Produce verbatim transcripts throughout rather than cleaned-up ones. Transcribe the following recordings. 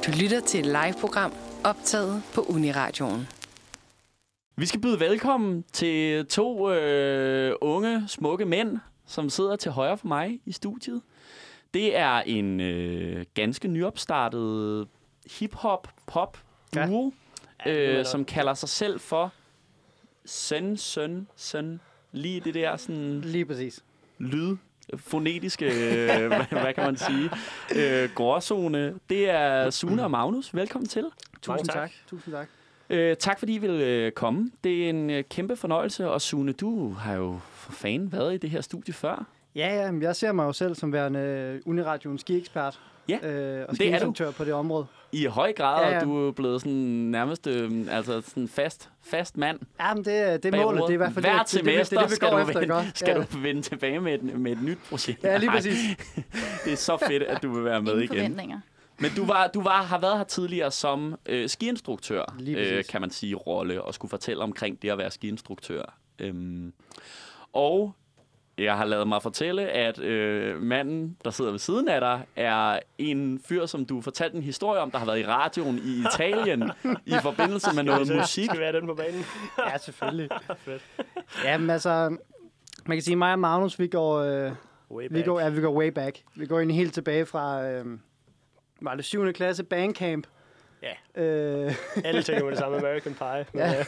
Du lytter til et live-program optaget på Uniradioen. Vi skal byde velkommen til to øh, unge, smukke mænd, som sidder til højre for mig i studiet. Det er en øh, ganske nyopstartet hip-hop-pop-duo, ja. øh, som kalder sig selv for Søn, Søn, Søn. Lige det der sådan... Lige præcis. Lyd. Fonetiske, øh, hvad, hvad kan man sige, øh, gråzone. Det er Sune og Magnus. Velkommen til. Tusind tak. tak. Tusind tak. Øh, tak fordi I vil øh, komme. Det er en øh, kæmpe fornøjelse. Og Sune, du har jo for fanden været i det her studie før. Ja, ja. Jeg ser mig jo selv som værende Uniradioens ski-ekspert. Ja, øh, og ski-instruktør på det område. I høj grad, ja, ja. og du er blevet sådan nærmest øh, altså sådan fast, fast mand. Jamen, det, det er målet. Det er i hvert fald Hver det, semester det, det, det, det, skal, du, du, efter, vende, skal ja. du vende tilbage med et, med et nyt projekt. Ja, lige præcis. Det er så fedt, at du vil være med igen. Forventninger. Men du, var, du var, har været her tidligere som øh, skiinstruktør, øh, kan man sige, rolle, og skulle fortælle omkring det at være skiinstruktør. Øhm, og jeg har ladet mig fortælle, at øh, manden, der sidder ved siden af dig, er en fyr, som du fortalte en historie om, der har været i radioen i Italien i forbindelse med noget musik. Skal vi have den på banen? Ja, selvfølgelig. Fedt. Jamen altså, man kan sige, mig og Magnus, vi går, øh, vi går, ja, vi går way back. Vi går egentlig helt tilbage fra, øh, var det syvende klasse bandcamp. Ja, øh. alle tænker med det samme American Pie. Ja.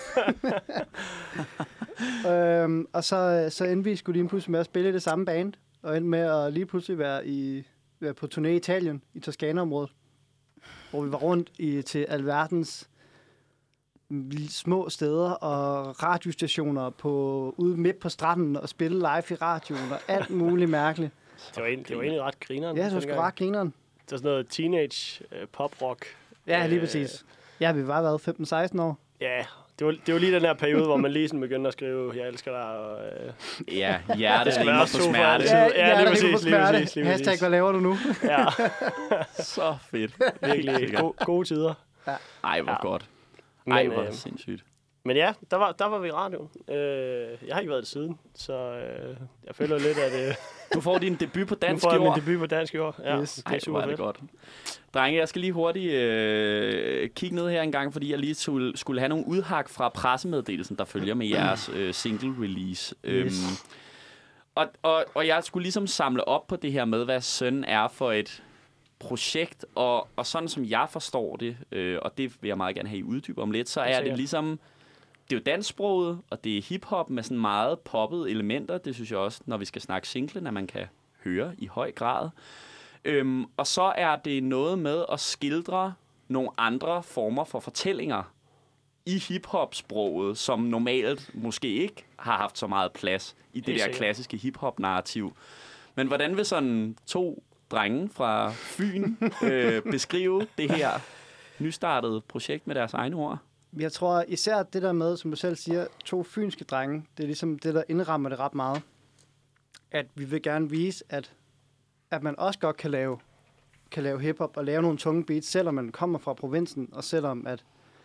øhm, og så, så endte vi skulle lige pludselig med at spille i det samme band, og endte med at lige pludselig være, i, være på turné i Italien, i Toskana-området, hvor vi var rundt i, til alverdens små steder og radiostationer på, ude midt på stranden og spille live i radioen og alt muligt mærkeligt. Det var, en, det var egentlig ret grineren. Ja, det var sgu ret grineren. Det var sådan noget teenage uh, pop-rock. Ja, lige præcis. Ja, vi var været femten seksten år. Ja, det var, det var lige den her periode, hvor man lige sådan begyndte at skrive, jeg elsker dig. Og, øh, ja, hjertet rimer på smerte. Ja, ja, lige præcis, lige præcis, lige præcis. Hashtag, hvad laver du nu? Ja. Så fedt. Virkelig go- gode tider. Ja. Ej, hvor ja. godt. Men, Ej, hvor øh, sindssygt. Men ja, der var, der var vi i radioen. Øh, jeg har ikke været det siden, så øh, jeg føler lidt, at... Øh, du får din debut på dansk jord. Nu får jeg min debut på dansk jord. Ja, yes. det er Ej, super det godt. Drenge, jeg skal lige hurtigt øh, kigge ned her en gang, fordi jeg lige skulle, skulle have nogle udhak fra pressemeddelelsen, der følger med jeres øh, single release. Yes. Øhm, og, og, og jeg skulle ligesom samle op på det her med, hvad Søn er for et projekt, og, og sådan som jeg forstår det, øh, og det vil jeg meget gerne have I uddybe om lidt, så er det ligesom... Det er jo dansksproget, og det er hiphop med sådan meget poppede elementer. Det synes jeg også, når vi skal snakke singlen, at man kan høre i høj grad. Øhm, og så er det noget med at skildre nogle andre former for fortællinger i hiphop-sproget, som normalt måske ikke har haft så meget plads i det der klassiske hiphop-narrativ. Men hvordan vil sådan to drenge fra Fyn øh, beskrive det her nystartede projekt med deres egne ord? Jeg tror især det der med, som du selv siger, to fynske drenge, det er ligesom det, der indrammer det ret meget. At vi vil gerne vise, at, at man også godt kan lave, kan lave hiphop og lave nogle tunge beats, selvom man kommer fra provinsen, og selvom at...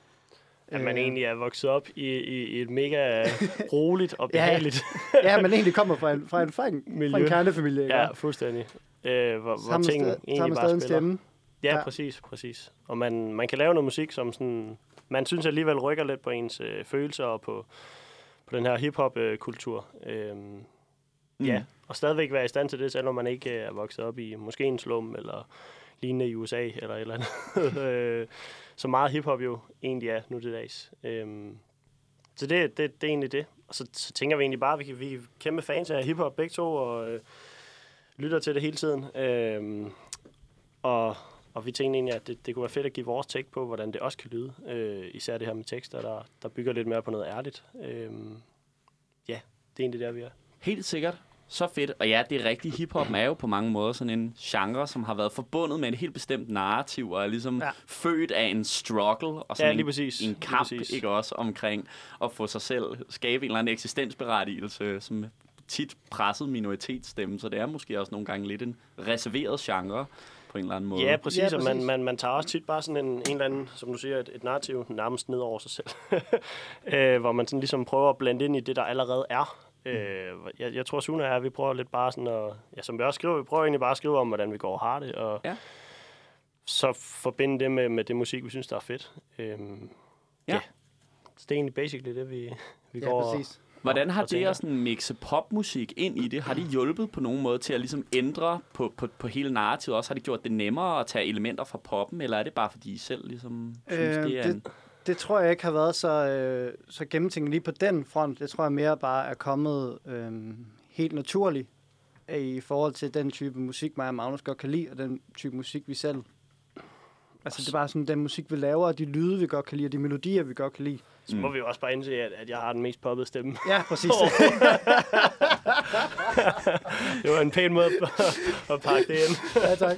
At man øh, egentlig er vokset op i, i, i et mega roligt og behageligt... ja, ja, man egentlig kommer fra en, fra en, fra en, fra en kernefamilie. Ikke? Ja, fuldstændig. Øh, hvor hvor ting sted, egentlig bare spiller. Stemme. Ja, ja, præcis, præcis. Og man, man kan lave noget musik, som sådan... Man synes alligevel rykker lidt på ens øh, følelser og på, på den her hiphop-kultur. Øhm, mm. Ja, og stadigvæk være i stand til det, selvom man ikke er vokset op i måske en slum eller lignende i U S A eller et eller andet. Så meget hiphop jo egentlig er nu til dags. Øhm, så det, det, det er egentlig det. Og så, så tænker vi egentlig bare, at vi, vi er kæmpe fans af hiphop begge to og øh, lytter til det hele tiden. Øhm, og... Og vi tænkte egentlig, at det, det kunne være fedt at give vores take på, hvordan det også kan lyde. Øh, især det her med tekster, der, der bygger lidt mere på noget ærligt. Øh, ja, det er egentlig der, vi er. Helt sikkert. Så fedt. Og ja, det er rigtigt. Hiphop er jo på mange måder sådan en genre, som har været forbundet med et helt bestemt narrativ, og er ligesom ja. født af en struggle, og sådan ja, lige en, præcis. en kamp, lige præcis. Ikke også, omkring at få sig selv, skabe en eller anden eksistensberettigelse, som tit presset minoritetsstemme. Så det er måske også nogle gange lidt en reserveret genre, på en eller anden måde. Ja, præcis, ja, præcis. Og man, man, man tager også tit bare sådan en, en eller anden, som du siger, et, et narrativ nærmest ned over sig selv. øh, hvor man sådan ligesom prøver at blande ind i det, der allerede er. Mm. Øh, jeg, jeg tror, Sune er, vi prøver lidt bare sådan at, ja, som vi også skriver, vi prøver egentlig bare at skrive om, hvordan vi går og har det. Og ja. så så forbinde det med, med det musik, vi synes, der er fedt. Øhm, Ja. ja. Så det er egentlig basically det, vi, vi Ja, går præcis. Hvordan har og det tænker. at sådan mixe popmusik ind i det? Har det hjulpet på nogen måde til at ligesom ændre på, på, på hele narrativet også? Har det gjort det nemmere at tage elementer fra poppen, eller er det bare fordi I selv ligesom synes, Øh, det er det- en... Det tror jeg ikke har været så, øh, så gennemtænkt lige på den front. Det tror jeg mere bare er kommet øh, helt naturligt i forhold til den type musik, mig og Magnus godt kan lide, og den type musik, vi selv... Altså, det er bare sådan den musik, vi laver, og de lyde, vi godt kan lide, og de melodier, vi godt kan lide. Så må vi jo også bare indse, at, at jeg har den mest poppede stemme. Ja, præcis. Det var en pæn måde at, at pakke det ind. Ja, tak.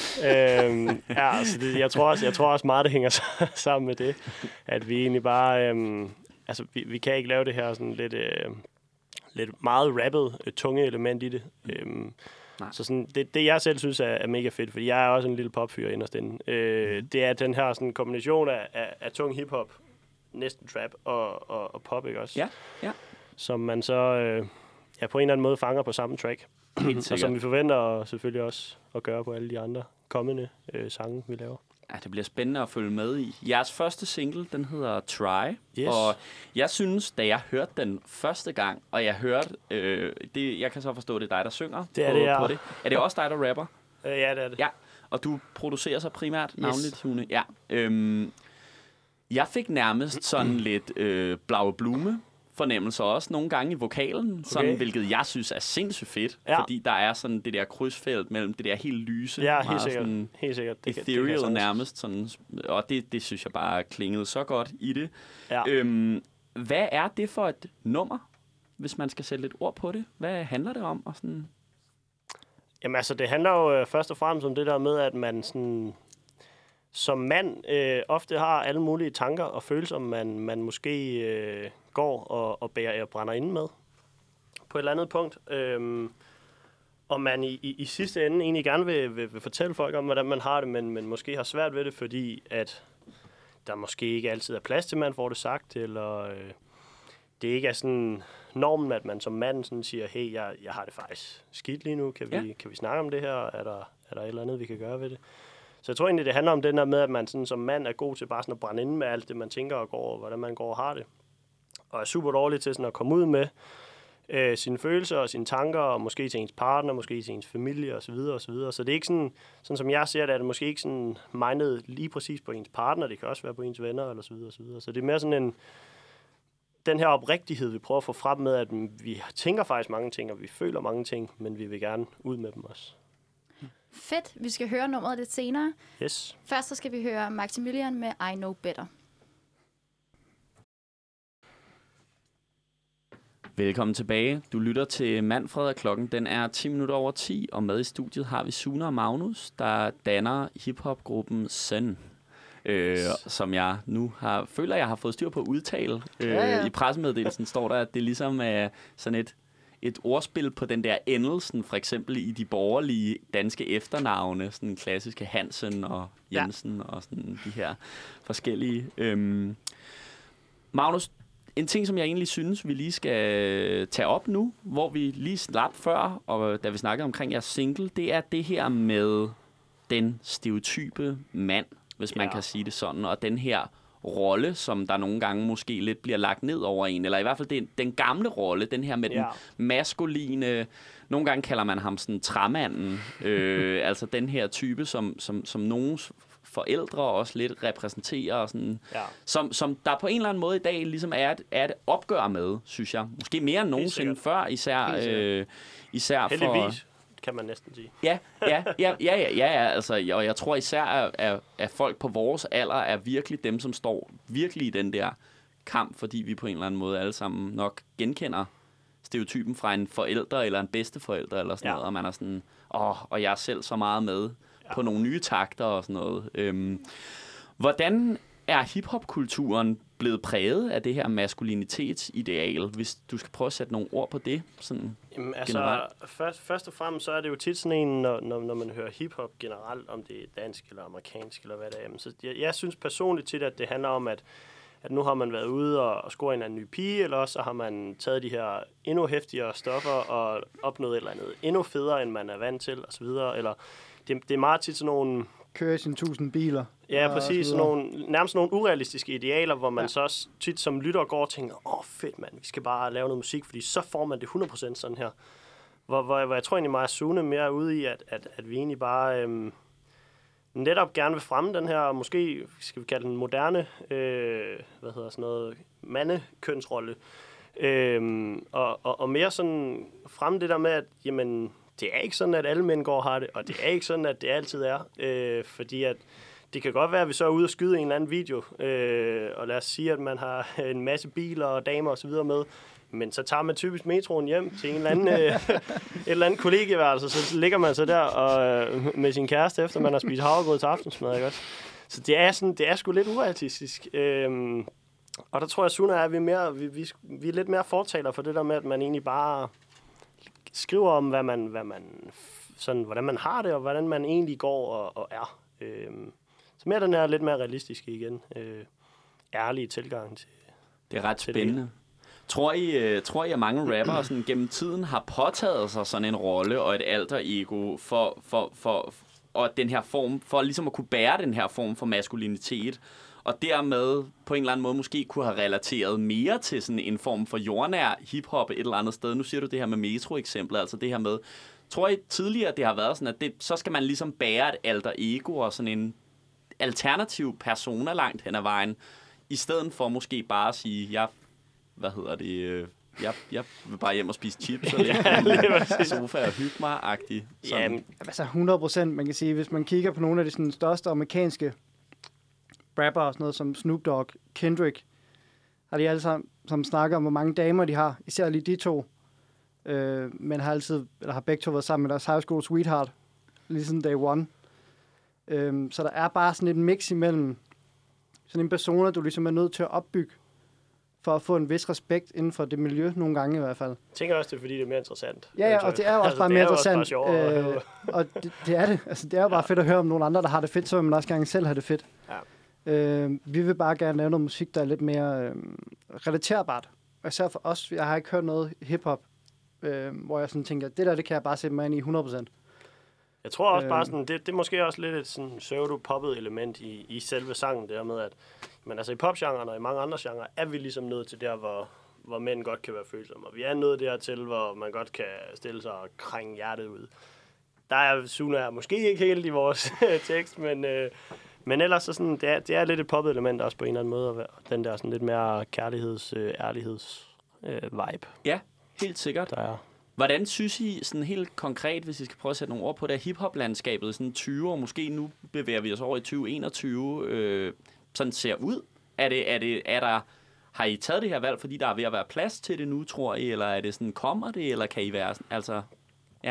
øhm, ja, altså det, jeg, tror også, jeg tror også meget, det hænger sammen med det. At vi egentlig bare... Øhm, altså, vi, vi kan ikke lave det her sådan lidt... Øh, lidt meget rappet, øh, tunge element i det. Øhm, så sådan, det, det, jeg selv synes er, er mega fedt, fordi jeg er også en lille popfyr inderst inde. Øh, det er den her sådan, kombination af, af, af tung hiphop, næsten trap og, og, og pop, ikke også? Ja, ja. Som man så øh, ja, på en eller anden måde fanger på samme track. Helt Og sikkert. som vi forventer selvfølgelig også at gøre på alle de andre kommende øh, sange, vi laver. Ja, det bliver spændende at følge med i. Jeres første single, den hedder Try. Yes. Og jeg synes, da jeg hørte den første gang, og jeg hørte... Øh, det, jeg kan så forstå, det er dig, der synger Det er på, det, ja. på det. Er det også dig, der rapper? Øh, ja, det er det. Ja, og du producerer så primært navnligt, Sune. Ja. Øhm, jeg fik nærmest sådan lidt øh, blaue blume fornemmelser også nogle gange i vokalen, sådan, Okay. hvilket jeg synes er sindssygt fedt, Ja. fordi der er sådan det der krydsfelt mellem det der helt lyse, Ja, meget helt sikkert. sådan Helt sikkert. Det kan- det kan jeg ethereal sagtens. nærmest, sådan, og det, det synes jeg bare klingede så godt i det. Ja. Øhm, hvad er det for et nummer, hvis man skal sætte lidt ord på det? Hvad handler det om? Og sådan? Jamen altså, det handler jo øh, først og fremmest om det der med, at man sådan, som mand øh, ofte har alle mulige tanker og følelser, man, man måske øh, går og, og bærer og brænder inde med på et eller andet punkt. Øhm, og man i, i, i sidste ende egentlig gerne vil, vil, vil fortælle folk om, hvordan man har det, men, men måske har svært ved det, fordi at der måske ikke altid er plads til, at man får det sagt, eller øh, det ikke er sådan normen, at man som mand sådan siger, hey, jeg, jeg har det faktisk skidt lige nu, kan vi, Ja. kan vi snakke om det her, er der, er der et eller andet, vi kan gøre ved det? Så jeg tror egentlig, det handler om den der med, at man sådan, som mand er god til bare sådan at brænde inde med alt det, man tænker og går, og hvordan man går og har det. Og er super dårlig til sådan at komme ud med øh, sine følelser og sine tanker, og måske til ens partner, måske til ens familie osv. osv. Så det er ikke sådan, sådan som jeg ser det, er det måske ikke sådan mindet lige præcis på ens partner, det kan også være på ens venner eller så videre, så videre. Så det er mere sådan en, den her oprigtighed, vi prøver at få frem med, at vi tænker faktisk mange ting, og vi føler mange ting, men vi vil gerne ud med dem også. Fedt. Vi skal høre nummeret lidt senere. Yes. Først så skal vi høre Maximilian med I Know Better. Velkommen tilbage. Du lytter til Manfred, og klokken den er ti minutter over ti, og med i studiet har vi Sune og Magnus, der danner hiphop-gruppen Sun. Øh, som jeg nu har, føler, jeg har fået styr på at udtale. Øh, Ja, ja. I pressemeddelelsen står der, at det ligesom er sådan et, et ordspil på den der endelsen, for eksempel i de borgerlige danske efternavne, sådan klassiske Hansen og Jensen ja. og sådan de her forskellige. Øhm. Magnus, en ting, som jeg egentlig synes, vi lige skal tage op nu, hvor vi lige slap før, og da vi snakkede omkring jeres single, det er det her med den stereotype mand, hvis man Ja. kan sige det sådan, og den her rolle, som der nogle gange måske lidt bliver lagt ned over en, eller i hvert fald den, den gamle rolle, den her med Ja. den maskuline, nogle gange kalder man ham sådan træmanden, øh, altså den her type, som, som, som nogens forældre også lidt repræsenterer, og sådan, Ja. som, som der på en eller anden måde i dag ligesom er et, er et opgør med, synes jeg. Måske mere end nogensinde sikkert. før, især, Helt sikkert. øh, især for... Heldigvis, kan man næsten sige. Ja, ja, ja, ja, ja, ja, altså, og jeg tror især, at, at, at folk på vores alder er virkelig dem, som står virkelig i den der kamp, fordi vi på en eller anden måde alle sammen nok genkender stereotypen fra en forælder eller en bedsteforælder eller sådan Ja. noget, og man er sådan, åh, og jeg er selv så meget med ja. på nogle nye takter og sådan noget. Øhm, hvordan er hiphop-kulturen blevet præget af det her maskulinitetsideal, hvis du skal prøve at sætte nogle ord på det? Sådan Jamen, altså, generelt? først, først og fremmest, så er det jo tit sådan en, når, når, når man hører hiphop generelt, om det er dansk eller amerikansk eller hvad det er. Jamen, så jeg, jeg synes personligt tit, at det handler om, at, at nu har man været ude og, og scoret en anden ny pige, eller også så har man taget de her endnu heftigere stoffer og opnået et eller andet endnu federe, end man er vant til, osv. Eller det, det er meget tit sådan nogle køre i sine tusind biler. Ja, og præcis. så Sådan videre. nogle, nærmest nogle urealistiske idealer, hvor man Ja. ja. så også tit som lytter går og tænker, åh fedt mand, vi skal bare lave noget musik, fordi så får man det hundrede procent sådan her. Hvor, hvor, hvor jeg tror egentlig, mig og Sune mere er ude i, at, at, at vi egentlig bare øhm, netop gerne vil fremme den her, måske skal vi kalde den moderne, øh, hvad hedder sådan noget, mandekønsrolle. Øhm, og, og, og mere sådan fremme det der med, at jamen, det er ikke sådan, at alle mænd går og har det, og det er ikke sådan, at det altid er. Øh, fordi at det kan godt være, at vi så er ude og skyde en eller anden video, øh, og lad os sige, at man har en masse biler og damer osv. med, men så tager man typisk metroen hjem til en eller anden, øh, et eller andet kollegieværelse, så ligger man så der og, øh, med sin kæreste, efter man har spist havregrød til aftensmad, ikke også? Så det er, sådan, det er sgu lidt urealistisk. Øh, og der tror jeg, Suna er, at vi, mere, vi, vi, vi er lidt mere fortaler for det der med, at man egentlig bare skriver om, hvad man, hvad man, sådan, hvordan man har det, og hvordan man egentlig går og, og er. Øh, så mere den her lidt mere realistiske igen. Øh, ærlige tilgang til Det er ret til spændende. det. Tror I, uh, tror I, at mange rappere sådan, gennem tiden har påtaget sig sådan en rolle og et alter ego for, for, for, og den her form, for ligesom at kunne bære den her form for maskulinitet, og dermed på en eller anden måde måske kunne have relateret mere til sådan en form for jordnær hiphop et eller andet sted. Nu siger du det her med metro-eksemplet, altså det her med, tror I tidligere, det har været sådan, at det, så skal man ligesom bære et alter ego og sådan en alternativ persona langt hen ad vejen, i stedet for måske bare at sige, jeg, hvad hedder det, øh, jeg, jeg vil bare hjem og spise chips og ligge på sofa og hygge mig-agtigt. Jamen, Altså hundrede procent, man kan sige, hvis man kigger på nogle af de sådan, største amerikanske rapper og sådan noget som Snoop Dogg, Kendrick, har de alle sammen som snakker om, hvor mange damer de har, især lige de to, øh, men har altid, eller har begge to været sammen med deres high school sweetheart, lige siden day one. Øh, så der er bare sådan et mix imellem sådan en persona, du ligesom er nødt til at opbygge, for at få en vis respekt inden for det miljø, nogle gange i hvert fald. jeg tænker også, det er, fordi det er mere interessant. Ja, ja, og det er jo også altså, bare det mere er jo også interessant. bare sjovere at øh, høre. og det, det er det. Altså, det er jo bare fedt at høre om nogle andre, der har det fedt, så vil man også gerne selv have det fedt. Ja. Øh, vi vil bare gerne lave noget musik, der er lidt mere øh, relaterbart. Og især for os, jeg har ikke hørt noget hiphop, øh, hvor jeg sådan tænker, det der, det kan jeg bare sætte mig ind i hundrede procent. Jeg tror også bare Øhm. sådan, det, det er måske også lidt et sådan pseudo-poppet element i, i selve sangen, der med at, men altså i popgenren og i mange andre genrer, er vi ligesom nået til der, hvor, hvor mænd godt kan være følsomme. Og vi er nået dertil, hvor man godt kan stille sig og krænge hjertet ud. Der er Suna er måske ikke helt i vores tekst, men, øh, men ellers så sådan, det er, det er lidt et poppet element også på en eller anden måde, og den der sådan lidt mere kærligheds, øh, ærligheds øh, vibe, Ja, helt sikkert. der er. Hvordan synes I sådan helt konkret, hvis I skal prøve at sætte nogle ord på det, hiphop-landskabet, sådan tyve år, måske nu bevæger vi os over i tyve enogtyve, øh, sådan ser ud? Er det, er det, er der, har I taget det her valg, fordi der er ved at være plads til det nu, tror I, eller er det sådan, kommer det, eller kan I være sådan, altså, ja.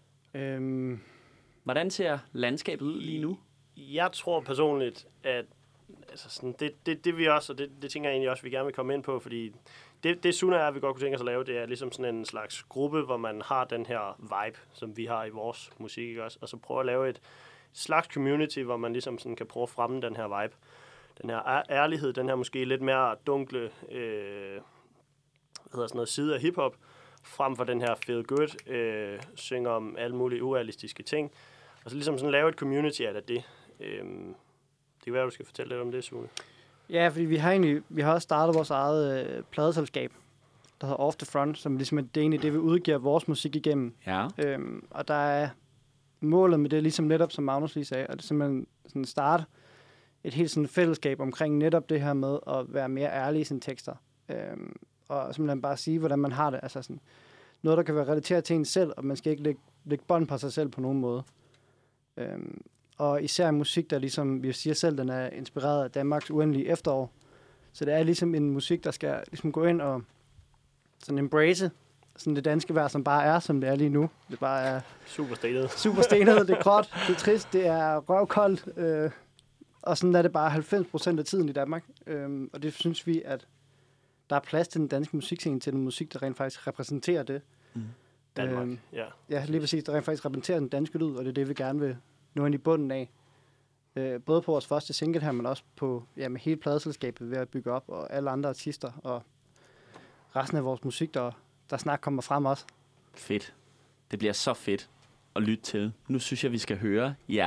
Øhm, Hvordan ser landskabet ud lige nu? Jeg tror personligt, at altså sådan, det, det, det vi også, og det, det tænker jeg egentlig også, vi gerne vil komme ind på, fordi det, det Suna er, vi godt kunne tænke os at lave, det er ligesom sådan en slags gruppe, hvor man har den her vibe, som vi har i vores musik, ikke også? Og så prøve at lave et slags community, hvor man ligesom sådan kan prøve at fremme den her vibe. Den her ærlighed, den her måske lidt mere dunkle, øh, hvad hedder sådan noget, side af hiphop, frem for den her feel good, øh, synger om alle mulige urealistiske ting. Og så ligesom sådan lave et community af det. Øh, det kan være, du skal fortælle lidt om det, Sune. ja, fordi vi har egentlig, vi har også startet vores eget øh, pladeselskab, der hedder Off the Front, som ligesom er det egentlig det, vi udgiver vores musik igennem. Ja. Øhm, og der er målet med det, ligesom netop som Magnus lige sagde, at det simpelthen sådan starte et helt sådan fællesskab omkring netop det her med at være mere ærlig i sine tekster. Øhm, og simpelthen bare sige, hvordan man har det. Altså sådan noget, der kan være relateret til en selv, og man skal ikke lægge, lægge bånd på sig selv på nogen måde. Øhm, og især musik, der ligesom, vi siger selv, den er inspireret af Danmarks uendelige efterår. Så det er ligesom en musik, der skal ligesom gå ind og sådan embrace sådan det danske vejr, som bare er, som det er lige nu. Det bare er Super stenet. super stenet, det er gråt, det er trist, det er røvkoldt. Øh, og sådan er det bare halvfems procent af tiden i Danmark. Øh, og det synes vi, at der er plads til den danske musikscene, til den musik, der rent faktisk repræsenterer det. Mm. Danmark, Øh, ja. Ja, lige præcis, der rent faktisk repræsenterer den danske lyd, og det er det, vi gerne vil nå ind i bunden af. Øh, både på vores første single her, men også på ja, med hele pladeselskabet ved at bygge op, og alle andre artister, og resten af vores musik, der, der snart kommer frem også. Fedt. Det bliver så fedt at lytte til. Nu synes jeg, vi skal høre jeres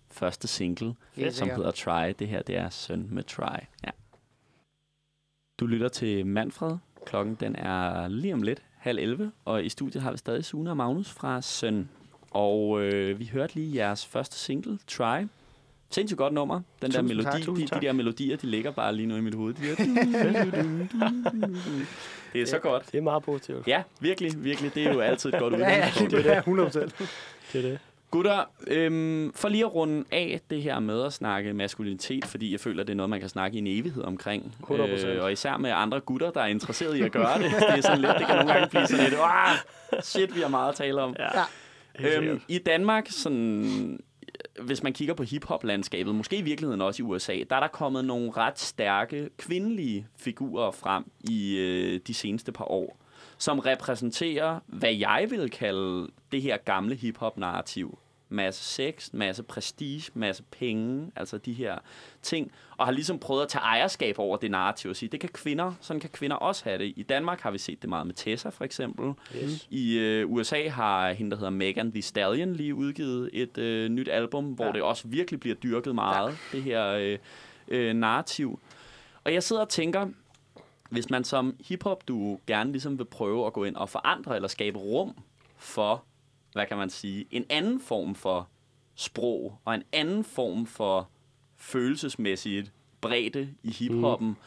første single, Helt som sikkert. hedder Try. Det her, det er Søn med Try. Ja. Du lytter til Manfred. Klokken den er lige om lidt, halv elleve, og i studiet har vi stadig Sune og Magnus fra Søn. Og øh, vi hørte lige jeres første single, Try. Sindssygt godt nummer. Den der Tusind melodi, tak, de, de der melodier, de ligger bare lige nu i mit hoved. De der det er så godt. Det er meget positivt. Ja, virkelig, virkelig. Det er jo altid et godt Ja, ja, udgangspunkt. det er hundrede procent. Det er det. Gutter, øhm, for lige at runde af det her med at snakke maskulinitet, fordi jeg føler, det er noget, man kan snakke i en evighed omkring. hundrede procent. Øh, og især med andre gutter, der er interesseret i at gøre det. Det er sådan lidt, det kan nogle gange blive sådan lidt, ah, shit, vi har meget at tale om. Ja. Øhm, I Danmark, sådan, hvis man kigger på hiphop-landskabet, måske i virkeligheden også i U S A, der er der kommet nogle ret stærke kvindelige figurer frem i øh, de seneste par år, som repræsenterer, hvad jeg vil kalde det her gamle hiphop-narrativ. Masse sex, masse prestige, masse penge, altså de her ting, og har ligesom prøvet at tage ejerskab over det narrativ og sige, det kan kvinder, sådan kan kvinder også have det. I Danmark har vi set det meget med Tessa, for eksempel. Yes. I øh, U S A har hende, der hedder Megan Thee Stallion, lige udgivet et øh, nyt album, hvor Ja. det også virkelig bliver dyrket meget, ja. det her øh, øh, narrativ. Og jeg sidder og tænker, hvis man som hiphop, du gerne ligesom vil prøve at gå ind og forandre eller skabe rum for, hvad kan man sige, en anden form for sprog og en anden form for følelsesmæssigt bredde i hiphoppen, mm.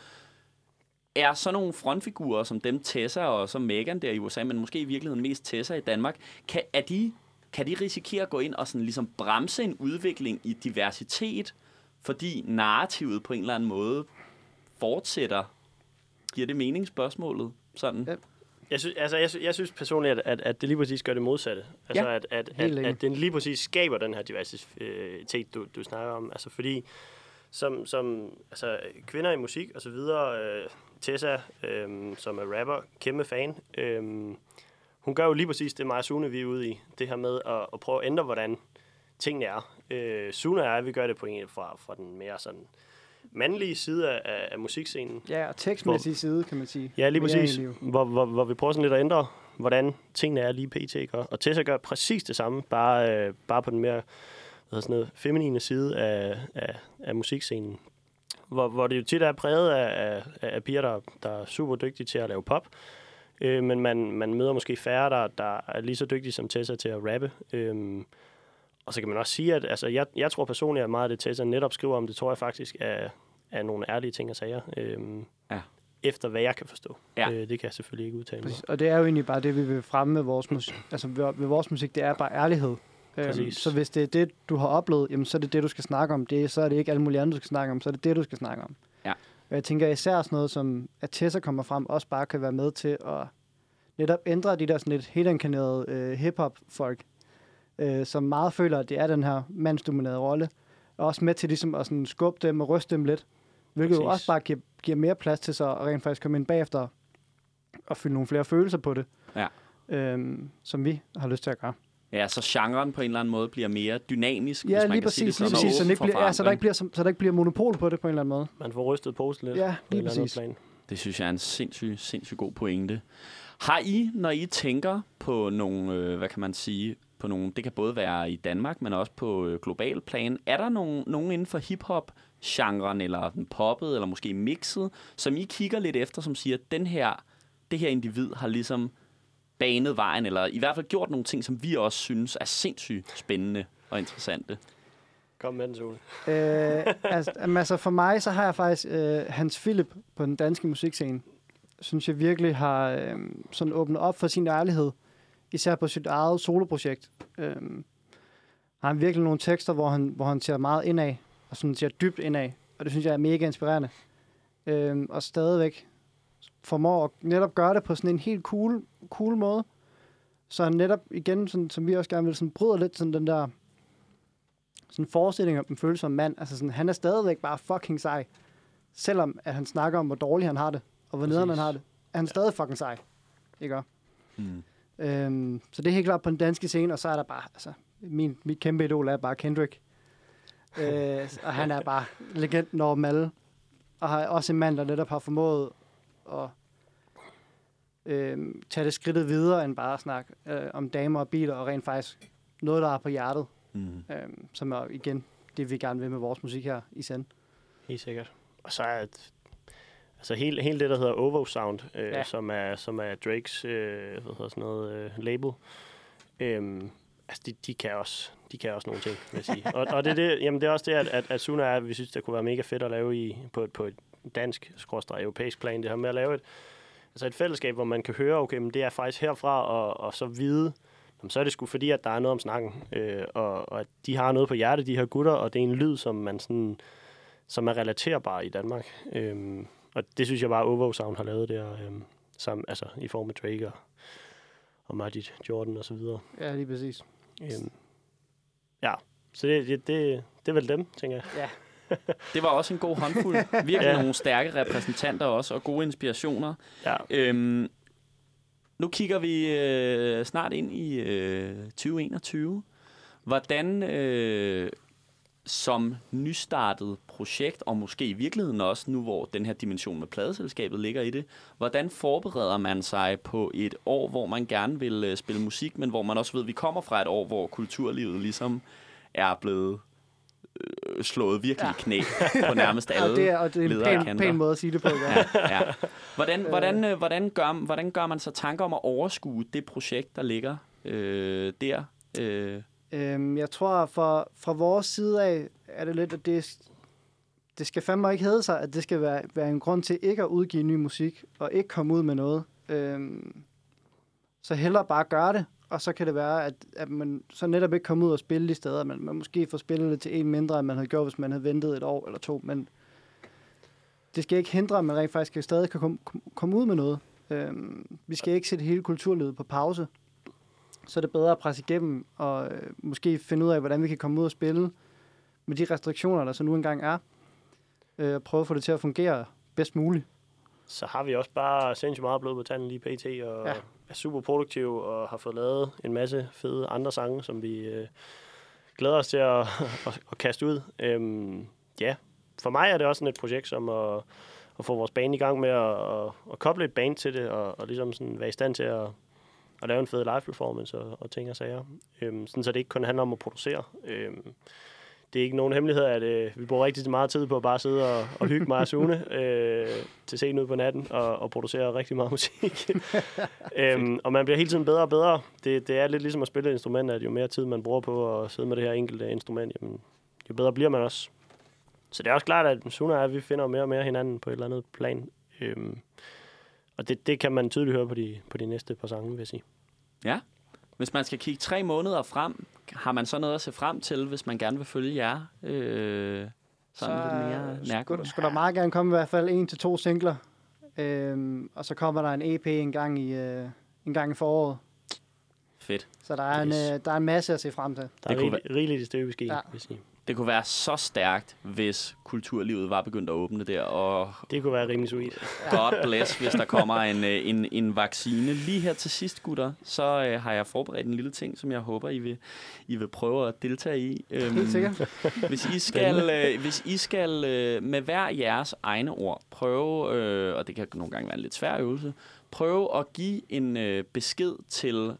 er sådan nogle frontfigurer som dem Tessa og som Megan der i U S A, men måske i virkeligheden mest Tessa i Danmark, kan, er de, kan de risikere at gå ind og sådan ligesom bremse en udvikling i diversitet, fordi narrativet på en eller anden måde fortsætter? Giver det mening, spørgsmålet? Sådan. Ja. Jeg synes, altså, jeg, synes, jeg synes personligt, at, at, at det lige præcis gør det modsatte. Altså, Ja, at, at, helt at, enig. at den lige præcis skaber den her diversitet, du, du snakker om. Altså, fordi som, som altså, kvinder i musik og så videre, øh, Tessa, øh, som er rapper, kæmpe fan, øh, hun gør jo lige præcis det, mig og Sune, vi er ude i. Det her med at, at prøve at ændre, hvordan tingene er. Øh, Sune og jeg, vi gør det på en fra, fra den mere sådan mandlige side af, af, af musikscenen. Ja, og tekstmæssig side, kan man sige. Ja, lige Mere præcis. egentlig jo. Hvor, hvor, hvor vi prøver sådan lidt at ændre, hvordan tingene er lige pt. Ikke? Og Tessa gør præcis det samme, bare, øh, bare på den mere hvad hedder sådan noget, feminine side af, af, af musikscenen. Hvor, hvor det jo tit er præget af, af, af piger, der, der er super dygtige til at lave pop. Øh, men man, man møder måske færre, der, der er lige så dygtige som Tessa til at rappe. Øh, og så kan man også sige, at altså, jeg, jeg tror personligt, at meget af det Tessa netop skriver om, det tror jeg faktisk er, er nogle ærlige ting og sager. Øh, Ja. Efter hvad jeg kan forstå. Ja. Øh, det kan jeg selvfølgelig ikke udtale mig. Præcis. Og det er jo egentlig bare det, vi vil fremme med vores musik. Altså ved, ved vores musik, det er bare ærlighed. Øhm, Præcis. så hvis det er det, du har oplevet, jamen, så er det det, du skal snakke om. Det, så er det ikke alle mulige andre, du skal snakke om. Så er det det, du skal snakke om. Ja. Og jeg tænker især sådan noget, som at Tessa kommer frem, også bare kan være med til at netop ændre de der sådan lidt hetinkarnerede øh, hip-hop-folk, øh, som meget føler, at det er den her mandsdominerede rolle. Og også med til ligesom at sådan skubbe dem og ryste dem lidt. Hvilket jo Præcis. også bare giver, giver mere plads til så at rent faktisk komme ind bagefter og fylde nogle flere følelser på det. Ja. Øhm, som vi har lyst til at gøre. Ja, så genren på en eller anden måde bliver mere dynamisk, hvis Ja, man lige kan sige det præcis, sådan, lige og præcis, så, åben det ikke for bliver, ja, så, der forandring. ikke bliver, så, så der ikke bliver monopol på det på en eller anden måde. Man får rystet posen lidt. Ja, på en lige eller anden præcis. plan. Det synes jeg er en sindssygt, sindssygt god pointe. Har I, når I tænker på nogle, øh, hvad kan man sige, på nogle, det kan både være i Danmark, men også på øh, global plan, er der nogen, nogen inden for hiphop-genren, eller den poppet, eller måske mixet, som I kigger lidt efter, som siger, at den her, det her individ har ligesom banet vejen, eller i hvert fald gjort nogle ting, som vi også synes er sindssygt spændende og interessante? Kom med den, Sune. øh, altså, jamen, altså for mig, så har jeg faktisk øh, Hans Philip på den danske musikscene. Synes jeg virkelig har øh, sådan åbnet op for sin ærlighed. Især på sit eget soloprojekt. Øh, har han virkelig nogle tekster, hvor han, hvor han ser meget indad, og sådan ser dybt indad. Og det synes jeg er mega inspirerende. Øh, og stadigvæk formår at netop gøre det på sådan en helt cool, cool måde. Så han netop igen, sådan, som vi også gerne vil, sådan bryder lidt sådan den der sådan en forestilling om en følelse som mand. Altså sådan, han er stadigvæk bare fucking sej. Selvom at han snakker om, hvor dårligt han har det, og hvor nederen han har det, er han stadig fucking sej. Ikke også? Mm. Øhm, så det er helt klart på den danske scene, og så er der bare, altså, min, mit kæmpe idol er bare Kendrick. øh, og han er bare legenden over dem alle. Og har også en mand, der netop har formået at øh, tage det skridtet videre, end bare at snakke øh, om damer og biler, og rent faktisk noget, der er på hjertet. Mm. Øh, som er igen det, vi gerne vil med vores musik her i Send. Helt sikkert. Og så er et, altså hele, hele det, der hedder Ovo Sound, øh, ja. som, er, som er Drakes øh, hvad hedder sådan noget, øh, label. Øhm, altså, de, de, kan også, de kan også nogle ting, vil jeg sige. og og det, det, jamen, det er også det, at, at, at Suna er, vi synes, det kunne være mega fedt at lave i, på, et, på et dansk, skråstreg europæisk plan. Det her med at lave et, altså et fællesskab, hvor man kan høre, okay, men det er faktisk herfra, og, og så vide, jamen, så er det sgu fordi, at der er noget om snakken. Øh, og, og at de har noget på hjertet, de her gutter, og det er en lyd, som man sådan, som er relaterbar i Danmark. Øhm, og det synes jeg bare, Ovo Sound har lavet der, øhm, sammen, altså i form af Drake og, og Majid Jordan og så videre. Ja, lige præcis. Øhm, ja, så det, det, det, det er vel dem, tænker jeg. Ja. Det var også en god håndfuld. Virkelig Ja. nogle stærke repræsentanter også, og gode inspirationer. Ja. Øhm, nu kigger vi øh, snart ind i øh, tyve enogtyve. Hvordan øh, som nystartet projekt, og måske i virkeligheden også nu, hvor den her dimension med pladeselskabet ligger i det, hvordan forbereder man sig på et år, hvor man gerne vil øh, spille musik, men hvor man også ved, at vi kommer fra et år, hvor kulturlivet ligesom er blevet øh, slået virkelig i knæ på nærmest alle Og det er, og det er en ledere pæn, og kanter. pæn måde at sige det på. Ja. Ja, ja. Hvordan, hvordan, øh, hvordan, gør, hvordan gør man så tanker om at overskue det projekt, der ligger øh, der? Øh, Øhm, jeg tror, fra, fra vores side af, er det lidt, at det, det skal fandme ikke hedde sig, at det skal være, være en grund til ikke at udgive ny musik, og ikke komme ud med noget. Øhm, så hellere bare gøre det, og så kan det være, at, at man så netop ikke kommer ud og spille de steder, men man måske får spillet det til en mindre, end man havde gjort, hvis man havde ventet et år eller to. Men det skal ikke hindre, at man rent faktisk skal stadig kan komme, komme ud med noget. Øhm, vi skal ikke sætte hele kulturlivet på pause. Så er det bedre at presse igennem og øh, måske finde ud af, hvordan vi kan komme ud og spille med de restriktioner, der så nu engang er. Øh, og prøve at få det til at fungere bedst muligt. Så har vi også bare sindssygt meget blod på tanden lige pt. Og Ja. er super produktive og har fået lavet en masse fede andre sange, som vi øh, glæder os til at, at, at kaste ud. Øhm, ja, for mig er det også sådan et projekt som at, at få vores band i gang med at, at, at koble et band til det og, og ligesom sådan være i stand til at at lave en fed live performance og, og ting og sager. Øhm, sådan så det ikke kun handler om at producere. Øhm, det er ikke nogen hemmelighed, at øh, vi bruger rigtig meget tid på at bare sidde og, og hygge mig og Sune øh, til sent ud på natten og, og producere rigtig meget musik. øhm, og man bliver hele tiden bedre og bedre. Det, det er lidt ligesom at spille et instrument, at jo mere tid man bruger på at sidde med det her enkelte instrument, jamen, jo bedre bliver man også. Så det er også klart, at Sune og at vi finder mere og mere hinanden på et eller andet plan. Øhm, og det, det kan man tydeligt høre på de, på de næste par sange, vil jeg sige. ja. Hvis man skal kigge tre måneder frem, har man så noget at se frem til, hvis man gerne vil følge jer? Øh, sådan Så lidt mere skulle, nærgående. skulle der meget gerne komme i hvert fald en til to singler. Øhm, og så kommer der en E P en gang i, øh, en gang i foråret. Fedt. Så der er, en, Yes. øh, der er en masse at se frem til. Der Det er kunne rigeligt, rigeligt i støbeskeen, Ja. vil jeg sige. Det kunne være så stærkt, hvis kulturlivet var begyndt at åbne der, og Det kunne være rimelig sweet. God bless, hvis der kommer en, øh, en, en vaccine. Lige her til sidst, gutter, så øh, har jeg forberedt en lille ting, som jeg håber, I vil, I vil prøve at deltage i. Øhm, Helt sikkert. Hvis I skal, øh, hvis I skal øh, med hver jeres egne ord prøve, øh, og det kan nogle gange være en lidt svær øvelse, prøve at give en øh, besked til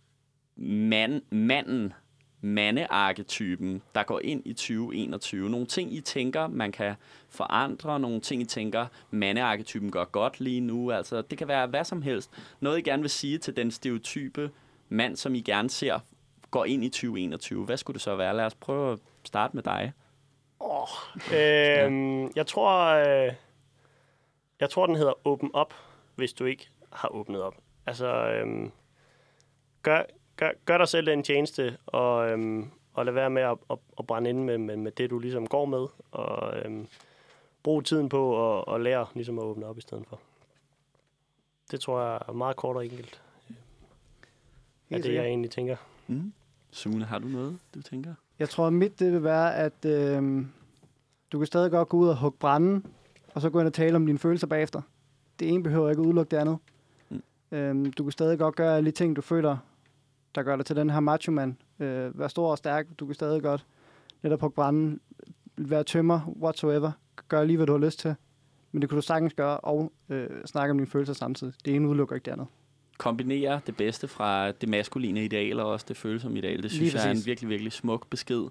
mand, manden, mandearketypen, der går ind i tyve enogtyve. Nogle ting, I tænker, man kan forandre. Nogle ting, I tænker, mandearketypen gør godt lige nu. Altså, det kan være hvad som helst. Noget, I gerne vil sige til den stereotype mand, som I gerne ser, går ind i tyve enogtyve. Hvad skulle det så være? Lad os prøve at starte med dig. Oh, øhm, jeg tror, øh, jeg tror, den hedder Open Up, hvis du ikke har åbnet op. Altså, øhm, gør, gør, gør dig selv en tjeneste, og, øhm, og lad være med at, at, at brænde ind med, med, med det, du ligesom går med, og øhm, brug tiden på at, at lære ligesom at åbne op i stedet for. Det tror jeg er meget kort og enkelt. Er det, jeg egentlig tænker. Mm. Sune, har du noget, du tænker? Jeg tror, at mit det vil være, at øh, du kan stadig godt gå ud og hugge branden, og så gå ind og tale om dine følelser bagefter. Det ene behøver ikke at udelukke det andet. Mm. Øh, du kan stadig godt gøre alle de ting, du føler, der gør dig til den her macho-mand. Øh, vær stor og stærk. Du kan stadig godt netop hugge branden, være tømmer, whatsoever. Gør lige, hvad du har lyst til. Men det kan du sagtens gøre, og øh, snakke om dine følelser samtidig. Det ene udelukker ikke det andet. Kombinere det bedste fra det maskuline ideal og også det følsomme ideal. Det synes jeg er en virkelig, virkelig smuk besked.